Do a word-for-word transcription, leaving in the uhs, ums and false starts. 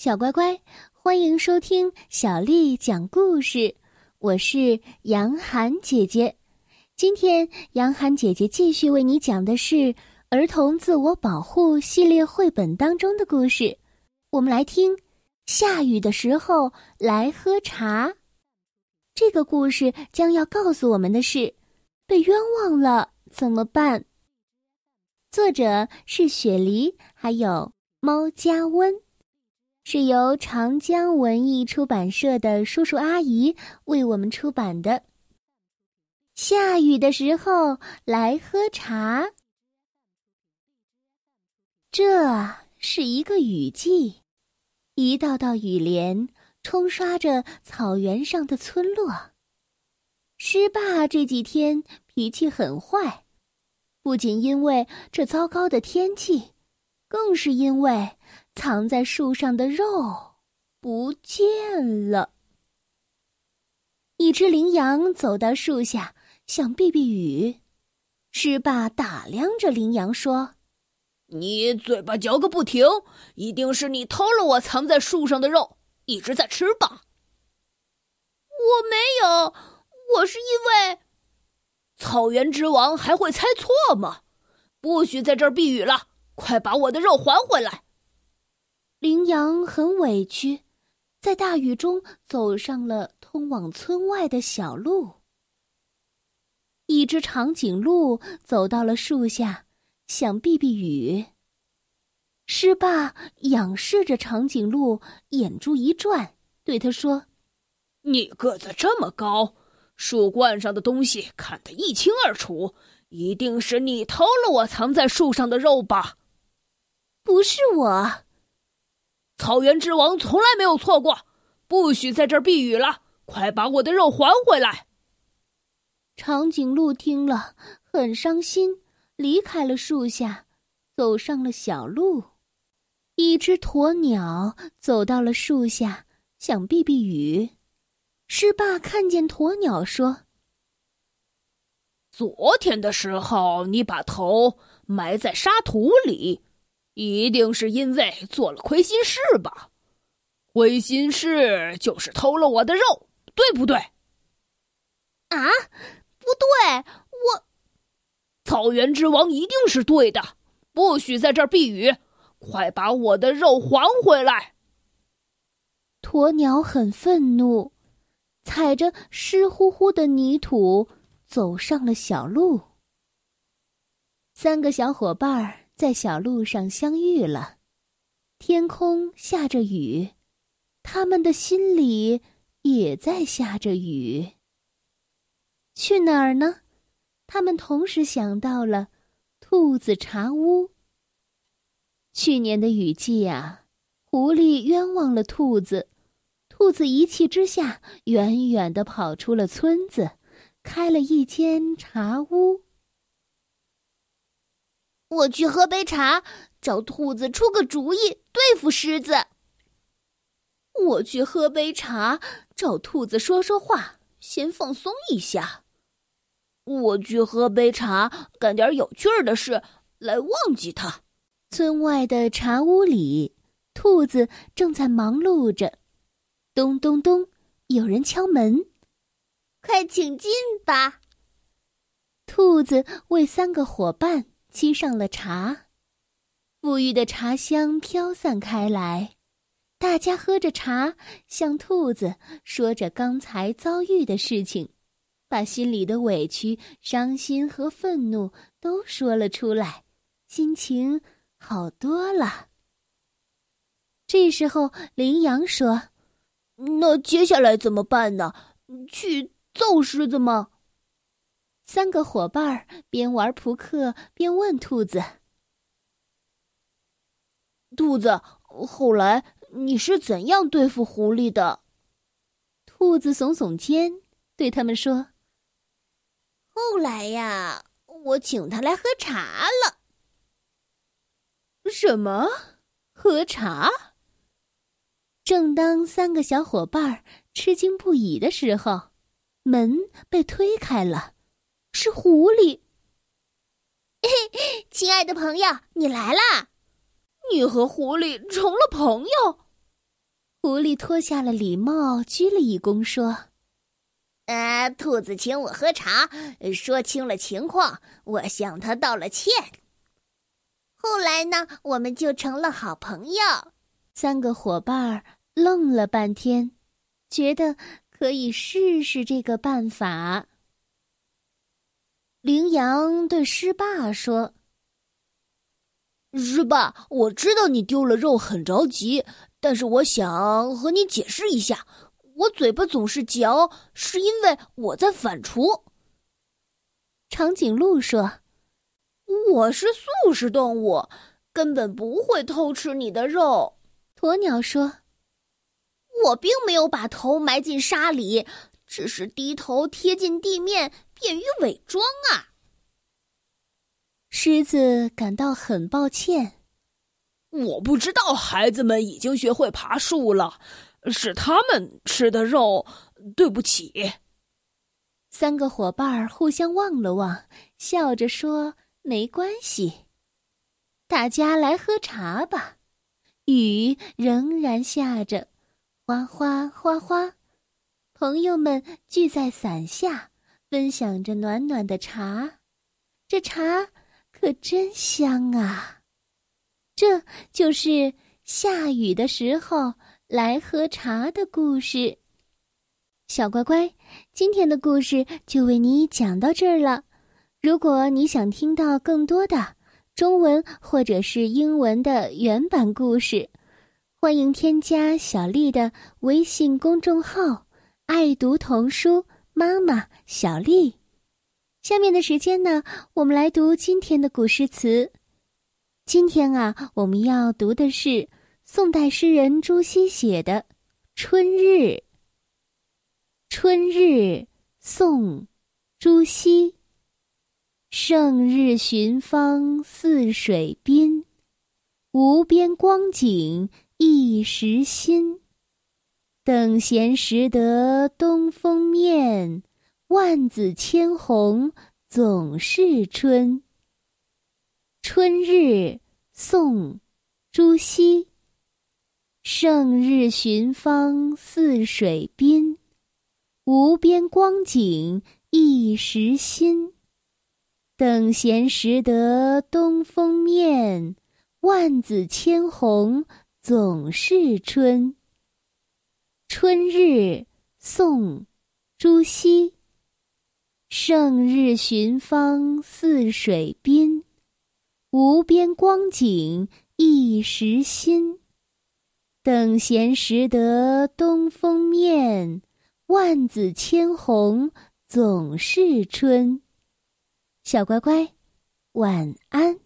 小乖乖，欢迎收听小丽讲故事，我是杨涵姐姐。今天杨涵姐姐继续为你讲的是儿童自我保护系列绘本当中的故事。我们来听下雨的时候来喝茶。这个故事将要告诉我们的是，被冤枉了怎么办？作者是雪梨，还有猫家温，是由长江文艺出版社的叔叔阿姨为我们出版的。下雨的时候来喝茶。这是一个雨季，一道道雨帘冲刷着草原上的村落。狮爸这几天脾气很坏，不仅因为这糟糕的天气，更是因为藏在树上的肉不见了。一只羚羊走到树下，想避避雨。狮爸打量着羚羊说：“ 你嘴巴嚼个不停，一定是你偷了我藏在树上的肉，一直在吃吧。”“ 我没有，我是因为……”“ 草原之王还会猜错吗？不许在这儿避雨了，快把我的肉还回来！” 羚羊很委屈，在大雨中走上了通往村外的小路。一只长颈鹿走到了树下，想避避雨。狮爸仰视着长颈鹿，眼珠一转，对他说：“ 你个子这么高，树冠上的东西看得一清二楚，一定是你偷了我藏在树上的肉吧？”“ 不是我。”“ 草原之王从来没有错过，不许在这儿避雨了，快把我的肉还回来！” 长颈鹿听了很伤心，离开了树下，走上了小路。一只鸵鸟走到了树下，想避避雨。狮爸看见鸵鸟说：“ 昨天的时候你把头埋在沙土里，一定是因为做了亏心事吧？亏心事就是偷了我的肉，对不对？”“ 啊，不对，我……”“ 草原之王一定是对的，不许在这儿避雨，快把我的肉还回来！” 鸵鸟很愤怒，踩着湿乎乎的泥土走上了小路。三个小伙伴儿在小路上相遇了，天空下着雨，他们的心里也在下着雨。去哪儿呢？他们同时想到了兔子茶屋。去年的雨季啊，狐狸冤枉了兔子，兔子一气之下，远远地跑出了村子，开了一间茶屋。 “我去喝杯茶，找兔子出个主意，对付狮子。”“ 我去喝杯茶，找兔子说说话，先放松一下。”“ 我去喝杯茶，干点有趣儿的事，来忘记它。” 村外的茶屋里，兔子正在忙碌着。咚咚咚，有人敲门。 “快请进吧。” 兔子为三个伙伴沏上了茶，馥郁的茶香飘散开来。大家喝着茶，向兔子说着刚才遭遇的事情，把心里的委屈、伤心和愤怒都说了出来，心情好多了。这时候羚羊说：“ 那接下来怎么办呢？去揍狮子吗？” 三个伙伴边玩扑克边问兔子：“ 兔子，后来你是怎样对付狐狸的？” 兔子耸耸肩，对他们说：“ 后来呀，我请他来喝茶了。”“ 什么？喝茶？”正当三个小伙伴吃惊不已的时候，门被推开了，是狐狸。 “嘿嘿，亲爱的朋友，你来啦！”“ 你和狐狸成了朋友？” 狐狸脱下了礼帽，鞠了一躬，说：“ 呃，兔子请我喝茶，说清了情况，我向他道了歉。后来呢，我们就成了好朋友。” 三个伙伴愣了半天，觉得可以试试这个办法。羚羊对狮爸说：“ 狮爸，我知道你丢了肉很着急，但是我想和你解释一下，我嘴巴总是嚼，是因为我在反刍。” 长颈鹿说：“ 我是素食动物，根本不会偷吃你的肉。” 鸵鸟说：“ 我并没有把头埋进沙里，只是低头贴近地面，便于伪装啊。” 狮子感到很抱歉：“ 我不知道孩子们已经学会爬树了，是他们吃的肉，对不起。” 三个伙伴互相望了望，笑着说：“没关系，大家来喝茶吧。”雨仍然下着，哗哗哗哗。朋友们聚在伞下，分享着暖暖的茶。这茶可真香啊！这就是下雨的时候来喝茶的故事。小乖乖，今天的故事就为你讲到这儿了。如果你想听到更多的中文或者是英文的原版故事，欢迎添加小丽的微信公众号“爱读童书妈妈小丽”。下面的时间呢，我们来读今天的古诗词。今天啊，我们要读的是宋代诗人朱熹写的《春日》。春日，宋，朱熹。胜日寻芳泗水滨，无边光景一时新。等闲识得东风面，万紫千红总是春。春日，宋，朱熹。胜日寻芳泗水滨，无边光景一时新。等闲识得东风面，万紫千红总是春。春日，宋，朱熹。胜日寻芳泗水滨，无边光景一时新。等闲识得东风面，万紫千红总是春。小乖乖，晚安。